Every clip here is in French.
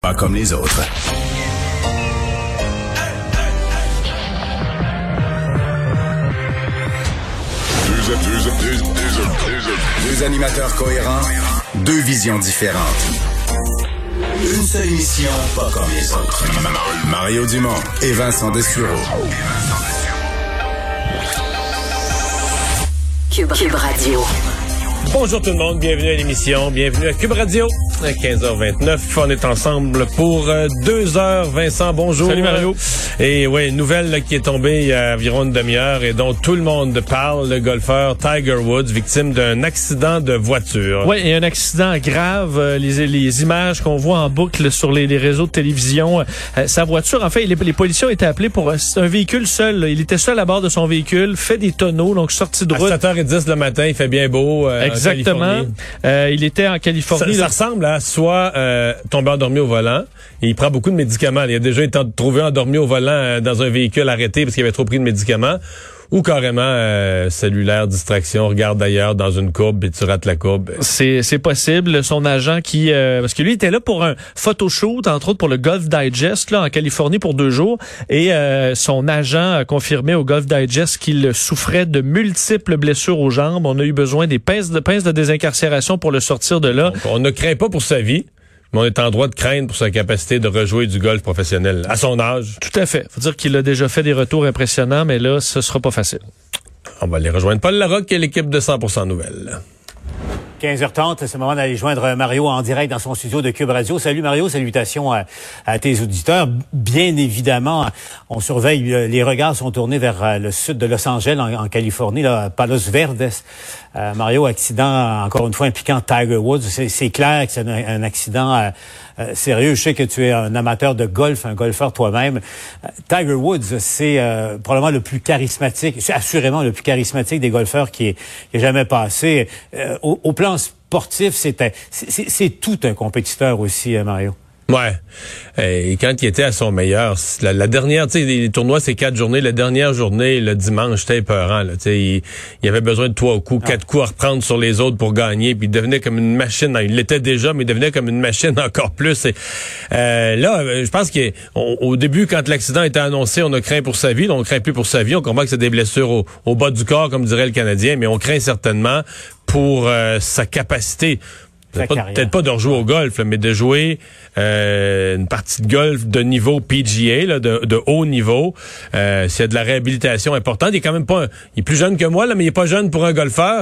Pas comme les autres. Deux animateurs cohérents, deux visions différentes. Une seule émission, pas comme les autres. Mario Dumont et Vincent Dessureau. Cube Radio. Bonjour tout le monde, bienvenue à l'émission, bienvenue à Cube Radio, à 15h29. On est ensemble pour 2 heures. Vincent, bonjour. Salut Mario. Et oui, une nouvelle là, qui est tombée il y a environ une demi-heure et dont tout le monde parle, le golfeur Tiger Woods, victime d'un accident de voiture. Oui, et un accident grave. Les images qu'on voit en boucle sur les réseaux de télévision. Sa voiture, en fait, les policiers ont été appelés pour un véhicule seul. Là. Il était seul à bord de son véhicule, fait des tonneaux, donc sorti de route. À 7h10 le matin, il fait bien beau. Exactement. Il était en Californie. Ça ressemble à soit tomber endormi au volant. Et il prend beaucoup de médicaments. Il a déjà été trouvé endormi au volant dans un véhicule arrêté parce qu'il avait trop pris de médicaments. Ou carrément cellulaire, distraction, regarde d'ailleurs dans une courbe et tu rates la courbe. C'est possible. Son agent qui... parce que lui était là pour un photoshoot, entre autres pour le Golf Digest là en Californie pour 2 jours. Et son agent a confirmé au Golf Digest qu'il souffrait de multiples blessures aux jambes. On a eu besoin des pinces de désincarcération pour le sortir de là. Donc, on ne craint pas pour sa vie. Mais on est en droit de craindre pour sa capacité de rejouer du golf professionnel à son âge. Tout à fait. Faut dire qu'il a déjà fait des retours impressionnants, mais là, ce sera pas facile. On va aller rejoindre Paul Larocque et l'équipe de 100% Nouvelles. 15h30, c'est le moment d'aller joindre Mario en direct dans son studio de Cube Radio. Salut Mario, salutations à tes auditeurs. Bien évidemment, on surveille, les regards sont tournés vers le sud de Los Angeles, en Californie, là, Palos Verdes. Mario, accident, encore une fois, impliquant Tiger Woods. C'est clair que c'est un accident sérieux. Je sais que tu es un amateur de golf, un golfeur toi-même. Tiger Woods, c'est probablement le plus charismatique, c'est assurément le plus charismatique des golfeurs qui est jamais passé. Au plan sportif, c'est tout un compétiteur aussi, Mario. Ouais. Et quand il était à son meilleur, la dernière, tu sais, les tournois, c'est 4 journées. La dernière journée, le dimanche, c'était épeurant, là. Tu sais, il avait besoin de 3 coups, 4 coups à reprendre sur les autres pour gagner. Puis il devenait comme une machine. Il l'était déjà, mais il devenait comme une machine encore plus. Et, là, je pense qu'au début, quand l'accident était annoncé, on a craint pour sa vie. Là, on craint plus pour sa vie. On comprend que c'est des blessures au bas du corps, comme dirait le Canadien. Mais on craint certainement pour sa capacité. Peut-être pas de rejouer au golf, là, mais de jouer une partie de golf de niveau PGA, là, de haut niveau. S'il y a de la réhabilitation importante, il est quand même pas... il est plus jeune que moi, là, mais il est pas jeune pour un golfeur.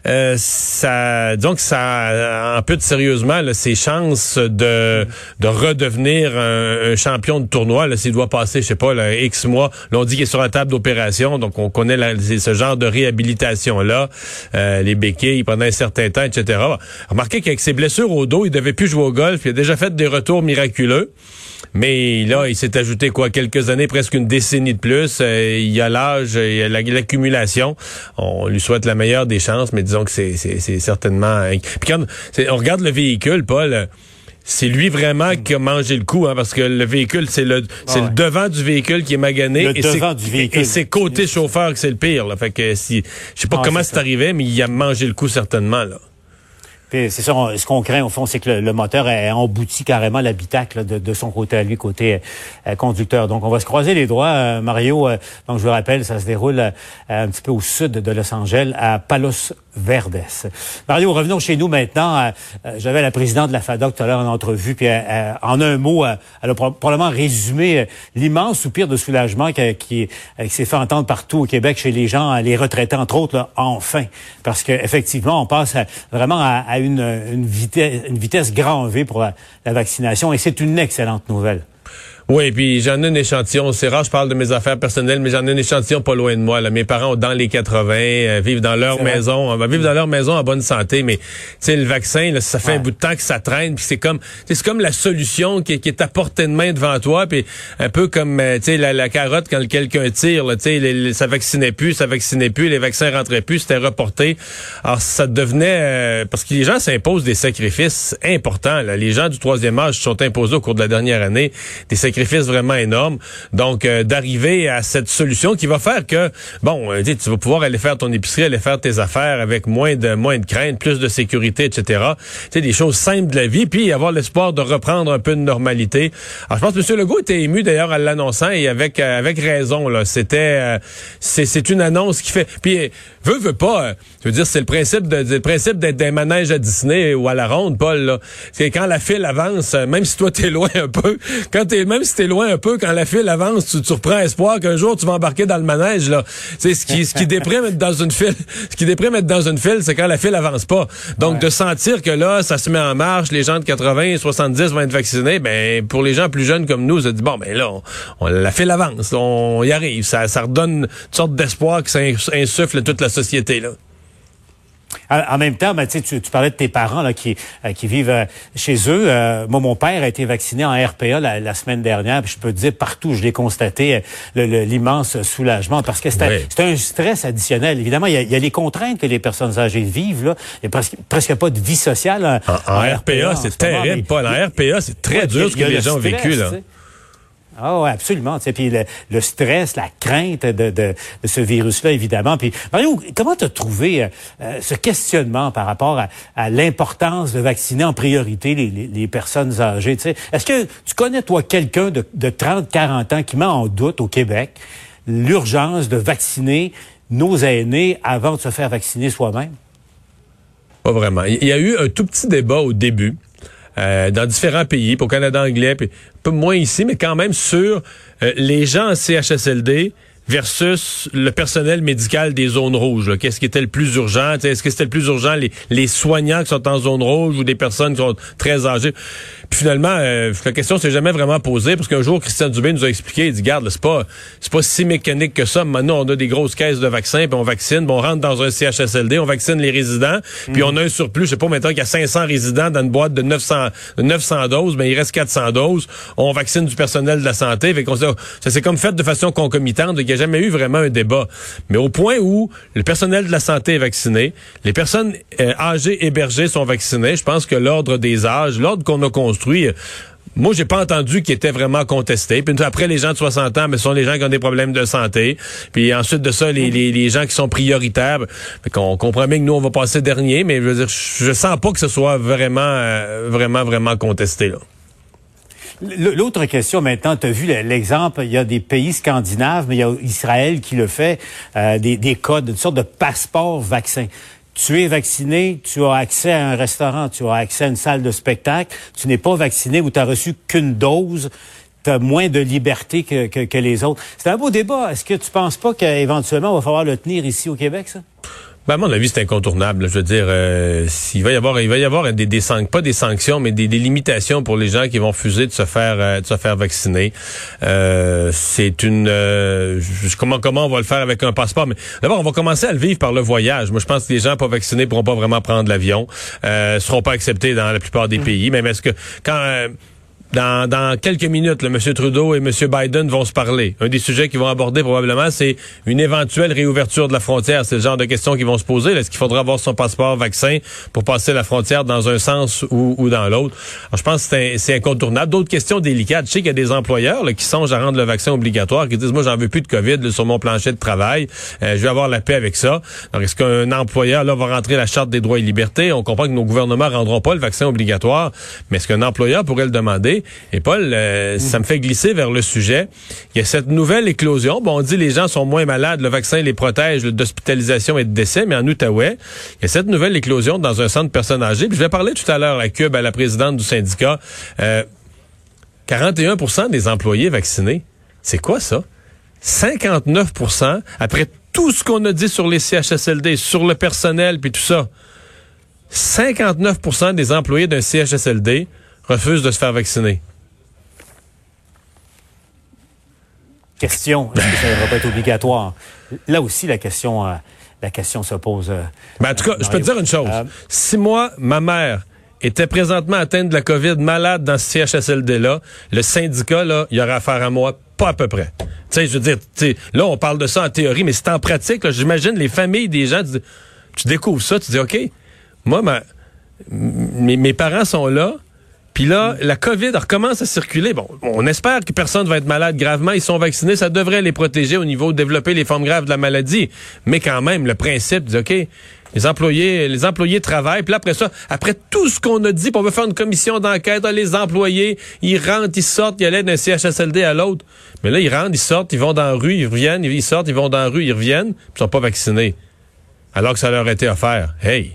Disons que ça ampute sérieusement là, ses chances de redevenir un champion de tournoi. Là, s'il doit passer, je sais pas, là, X mois. Là, on dit qu'il est sur la table d'opération, donc on connaît ce genre de réhabilitation-là. Les béquilles pendant un certain temps, etc. Remarquez qu'avec ses blessures au dos, il devait plus jouer au golf. Il a déjà fait des retours miraculeux. Mais là, il s'est ajouté quelques années, presque une décennie de plus. Il y a l'âge, il y a l'accumulation. On lui souhaite la meilleure des chances, mais disons que c'est certainement... Puis quand on regarde le véhicule, Paul... C'est lui vraiment qui a mangé le coup, hein, parce que le véhicule, c'est le devant du véhicule qui est magané. Et c'est côté chauffeur que c'est le pire. Là. Fait que je sais pas comment c'est arrivé, mais il a mangé le coup certainement, là. Puis c'est ça, ce qu'on craint au fond, c'est que le moteur a embouti carrément l'habitacle de son côté à lui, côté conducteur. Donc on va se croiser les doigts, Mario. Donc je vous rappelle, ça se déroule un petit peu au sud de Los Angeles, à Palos Verdes. Mario, revenons chez nous maintenant. J'avais la présidente de la FADOC tout à l'heure en entrevue, puis en un mot, elle a probablement résumé l'immense soupir de soulagement qui s'est fait entendre partout au Québec chez les gens, les retraités entre autres, là, enfin. Parce que effectivement, on passe vraiment à une vitesse grand V pour la vaccination et c'est une excellente nouvelle. Oui, puis j'en ai un échantillon. C'est rare, je parle de mes affaires personnelles, mais j'en ai un échantillon pas loin de moi. Là. Mes parents ont dans les 80, vivent dans leur maison. On va vivre dans leur maison en bonne santé, mais tu sais, le vaccin, là, ça fait un bout de temps que ça traîne, puis c'est comme la solution qui est à portée de main devant toi, puis un peu comme tu sais la carotte quand quelqu'un tire, tu sais, ça vaccinait plus, les vaccins rentraient plus, c'était reporté. Alors ça devenait parce que les gens s'imposent des sacrifices importants. Là. Les gens du 3e âge se sont imposés au cours de la dernière année des sacrifices sacrifice vraiment énorme. Donc, d'arriver à cette solution qui va faire que, bon, tu vas pouvoir aller faire ton épicerie, aller faire tes affaires avec moins de crainte, plus de sécurité, etc. Tu sais, des choses simples de la vie, puis avoir l'espoir de reprendre un peu de normalité. Alors, je pense que M. Legault était ému d'ailleurs en l'annonçant et avec raison, là. C'est une annonce qui fait, puis veut pas, je veux dire, c'est le principe d'être des manèges à Disney ou à la ronde, Paul, là. C'est quand la file avance, même si toi t'es loin un peu, même si t'es loin un peu, quand la file avance, tu reprends espoir qu'un jour tu vas embarquer dans le manège, là. C'est ce qui déprime être dans une file. Ce qui déprime être dans une file, c'est quand la file avance pas. Donc, de sentir que là, ça se met en marche, les gens de 80, 70 vont être vaccinés, ben, pour les gens plus jeunes comme nous, ça dit, bon, ben là, la file avance, on y arrive. Ça redonne une sorte d'espoir que ça insuffle toute la société, là. En même temps, ben, tu parlais de tes parents là, qui vivent chez eux. Moi, mon père a été vacciné en RPA la semaine dernière. Puis je peux te dire, partout, je l'ai constaté, l'immense soulagement. Parce que c'est un stress additionnel. Évidemment, il y a les contraintes que les personnes âgées vivent. Là. Il n'y a presque pas de vie sociale. En RPA, c'est terrible, Paul. En RPA, c'est très dur ce que les gens ont vécu, là. Ah ouais, absolument. Puis le stress, la crainte de ce virus-là, évidemment. Puis Mario, comment t'as trouvé ce questionnement par rapport à l'importance de vacciner en priorité les personnes âgées? T'sais? Est-ce que tu connais, toi, quelqu'un de 30, 40 ans qui met en doute au Québec l'urgence de vacciner nos aînés avant de se faire vacciner soi-même? Pas vraiment. Il y a eu un tout petit débat au début. Dans différents pays, pour le Canada anglais, puis un peu moins ici, mais quand même sur les gens en CHSLD versus le personnel médical des zones rouges. Qu'est-ce qui était le plus urgent? Est-ce que c'était le plus urgent, les soignants qui sont en zone rouge ou des personnes qui sont très âgées? Puis finalement, la question s'est jamais vraiment posée, parce qu'un jour, Christian Dubé nous a expliqué, il dit, garde, c'est pas si mécanique que ça. Maintenant, on a des grosses caisses de vaccins, puis on vaccine, puis on rentre dans un CHSLD, on vaccine les résidents, puis on a un surplus, je sais pas, maintenant qu'il y a 500 résidents dans une boîte de 900 doses, mais il reste 400 doses. On vaccine du personnel de la santé. Fait qu'on ça s'est comme fait de façon concomitante, donc il n'y a jamais eu vraiment un débat. Mais au point où le personnel de la santé est vacciné, les personnes âgées hébergées sont vaccinées, je pense que l'ordre des âges, l'ordre qu'on a construit, moi, j'ai pas entendu qu'il était vraiment contesté. Puis après, les gens de 60 ans, ce sont les gens qui ont des problèmes de santé. Puis ensuite de ça, les gens qui sont prioritaires. Fait qu'on comprend bien que nous, on va passer dernier, mais je veux dire, je sens pas que ce soit vraiment contesté, là. L'autre question maintenant, tu as vu l'exemple, il y a des pays scandinaves, mais il y a Israël qui le fait, des codes, une sorte de passeport vaccin. Tu es vacciné, tu as accès à un restaurant, tu as accès à une salle de spectacle. Tu n'es pas vacciné ou tu as reçu qu'une dose, tu as moins de liberté que les autres. C'est un beau débat. Est-ce que tu penses pas qu'éventuellement, il va falloir le tenir ici au Québec, ça? Ben, à mon avis, c'est incontournable. Je veux dire, il va y avoir pas des sanctions, mais des limitations pour les gens qui vont refuser de se faire vacciner. Comment on va le faire avec un passeport? Mais d'abord, on va commencer à le vivre par le voyage. Moi, je pense que les gens pas vaccinés pourront pas vraiment prendre l'avion, seront pas acceptés dans la plupart des pays. Même est-ce que dans quelques minutes, M. Trudeau et M. Biden vont se parler. Un des sujets qu'ils vont aborder probablement, c'est une éventuelle réouverture de la frontière. C'est le genre de questions qui vont se poser. Est-ce qu'il faudra avoir son passeport vaccin pour passer la frontière dans un sens ou dans l'autre? Alors, je pense que c'est incontournable. D'autres questions délicates. Je sais qu'il y a des employeurs qui songent à rendre le vaccin obligatoire, qui disent, moi, j'en veux plus de COVID sur mon plancher de travail. Je vais avoir la paix avec ça. Donc, est-ce qu'un employeur va rentrer la Charte des droits et libertés? On comprend que nos gouvernements rendront pas le vaccin obligatoire, mais est-ce qu'un employeur pourrait le demander? Et Paul, ça me fait glisser vers le sujet. Il y a cette nouvelle éclosion. Bon, on dit les gens sont moins malades, le vaccin les protège d'hospitalisation et de décès, mais en Outaouais, il y a cette nouvelle éclosion dans un centre de personnes âgées. Puis je vais parler tout à l'heure à Cube, à la présidente du syndicat. 41% des employés vaccinés. C'est quoi ça? 59%, après tout ce qu'on a dit sur les CHSLD, sur le personnel, puis tout ça. 59% des employés d'un CHSLD refuse de se faire vacciner. Question, est-ce que ça ne va pas être obligatoire? Là aussi, la question se pose. En tout cas, je peux te dire une chose. Si moi, ma mère, était présentement atteinte de la COVID, malade dans ce CHSLD-là, le syndicat, là, il y aurait affaire à moi, pas à peu près. Tu sais, je veux dire, là, on parle de ça en théorie, mais c'est en pratique, là, j'imagine les familles des gens, tu découvres ça, tu dis, OK, moi, mes parents sont là, Puis là, la COVID recommence à circuler. Bon, on espère que personne va être malade gravement. Ils sont vaccinés. Ça devrait les protéger au niveau de développer les formes graves de la maladie. Mais quand même, le principe, dit, OK, les employés travaillent. Puis là, après ça, après tout ce qu'on a dit, puis on veut faire une commission d'enquête, les employés, ils rentrent, ils sortent, ils allaient d'un CHSLD à l'autre. Mais là, ils rentrent, ils sortent, ils vont dans la rue, ils reviennent, ils sortent, ils vont dans la rue, ils reviennent, puis ils sont pas vaccinés. Alors que ça leur a été offert. Hey!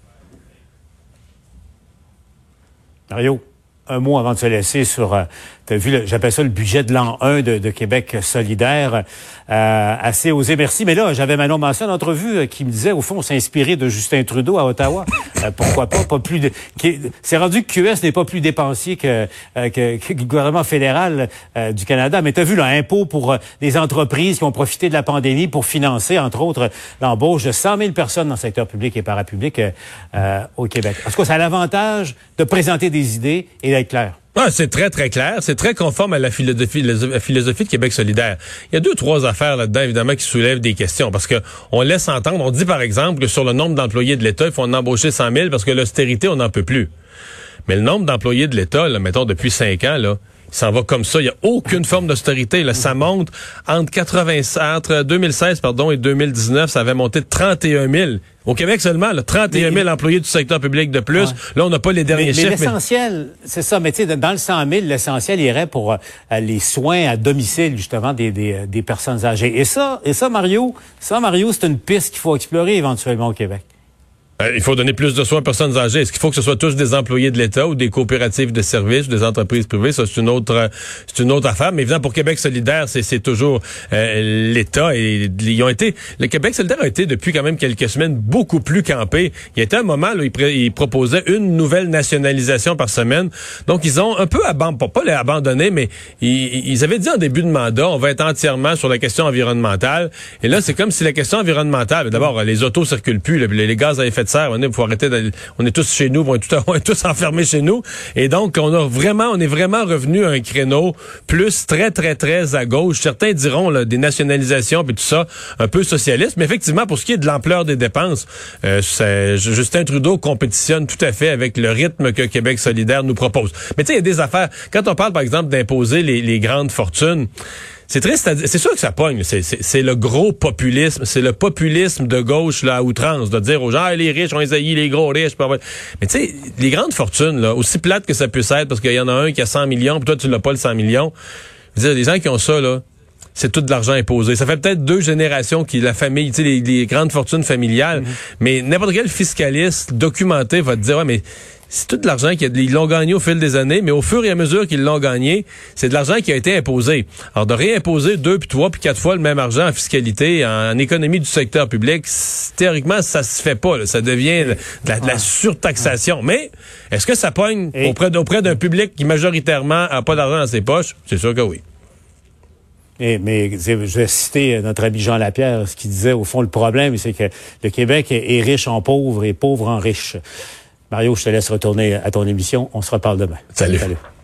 Mario, un mot avant de se laisser sur, t'as vu, j'appelle ça le budget de l'an 1 de Québec solidaire, assez osé, merci. Mais là, j'avais Manon Massé en entrevue qui me disait, au fond, s'inspirer de Justin Trudeau à Ottawa. Pourquoi pas plus de... C'est rendu que QS n'est pas plus dépensier que le gouvernement fédéral du Canada. Mais t'as vu, là, impôt pour des entreprises qui ont profité de la pandémie pour financer, entre autres, l'embauche de 100 000 personnes dans le secteur public et parapublic au Québec. En tout cas, ça a l'avantage de présenter des idées et d'être clair. Ah, c'est très, très clair. C'est très conforme à la philosophie de Québec solidaire. Il y a 2-3 affaires là-dedans, évidemment, qui soulèvent des questions. Parce que on laisse entendre, on dit par exemple que sur le nombre d'employés de l'État, il faut en embaucher 100 000 parce que l'austérité, on n'en peut plus. Mais le nombre d'employés de l'État, là, mettons, depuis 5 ans, là, il s'en va comme ça. Il n'y a aucune forme d'austérité. Là, ça monte entre 2016 et 2019, ça avait monté de 31 000. Au Québec seulement, là, 31 000 employés du secteur public de plus. Ouais. Là, on n'a pas les derniers chiffres. Mais l'essentiel, c'est ça. Mais tu sais, dans le 100 000, l'essentiel irait pour les soins à domicile, justement, des personnes âgées. Et ça, Mario, c'est une piste qu'il faut explorer éventuellement au Québec. Il faut donner plus de soins aux personnes âgées. Est-ce qu'il faut que ce soit tous des employés de l'État ou des coopératives de services, des entreprises privées? Ça, c'est une autre affaire. Mais évidemment, pour Québec solidaire, c'est toujours l'État. Et ils ont été, le Québec solidaire a été depuis quand même quelques semaines beaucoup plus campé. Il y a été un moment où ils proposaient une nouvelle nationalisation par semaine. Donc, ils ont un peu pas les abandonné, mais ils avaient dit en début de mandat, on va être entièrement sur la question environnementale. Et là, c'est comme si la question environnementale, d'abord, les autos circulent plus, les gaz à effet de serre, faut arrêter on est tous chez nous, on est tous enfermés chez nous. Et donc, on est vraiment revenu à un créneau plus très, très, très à gauche. Certains diront, là, des nationalisations puis tout ça, un peu socialiste. Mais effectivement, pour ce qui est de l'ampleur des dépenses, Justin Trudeau compétitionne tout à fait avec le rythme que Québec solidaire nous propose. Mais tu sais, il y a des affaires. Quand on parle, par exemple, d'imposer les grandes fortunes, c'est triste, c'est sûr que ça pogne. C'est le gros populisme, c'est le populisme de gauche là à outrance, de dire aux gens, les riches ont haï les gros riches. Mais tu sais, les grandes fortunes, là, aussi plates que ça puisse être, parce qu'il y en a un qui a 100 millions, puis toi tu l'as pas le 100 millions. Je veux dire, les gens qui ont ça, là, c'est tout de l'argent imposé. Ça fait peut-être 2 générations qui la famille, tu sais, les grandes fortunes familiales, mais n'importe quel fiscaliste documenté va te dire, ouais, mais c'est tout de l'argent qu'ils l'ont gagné au fil des années, mais au fur et à mesure qu'ils l'ont gagné, c'est de l'argent qui a été imposé. Alors, de réimposer 2, puis 3, puis 4 fois le même argent en fiscalité, en économie du secteur public, théoriquement, ça se fait pas. Là. Ça devient de la surtaxation. Mais, est-ce que ça pogne auprès d'un public qui majoritairement a pas d'argent dans ses poches? C'est sûr que oui. Mais je vais citer notre ami Jean Lapierre, ce qu'il disait, au fond, le problème, c'est que le Québec est riche en pauvres et pauvre en riche. Mario, je te laisse retourner à ton émission. On se reparle demain. Salut.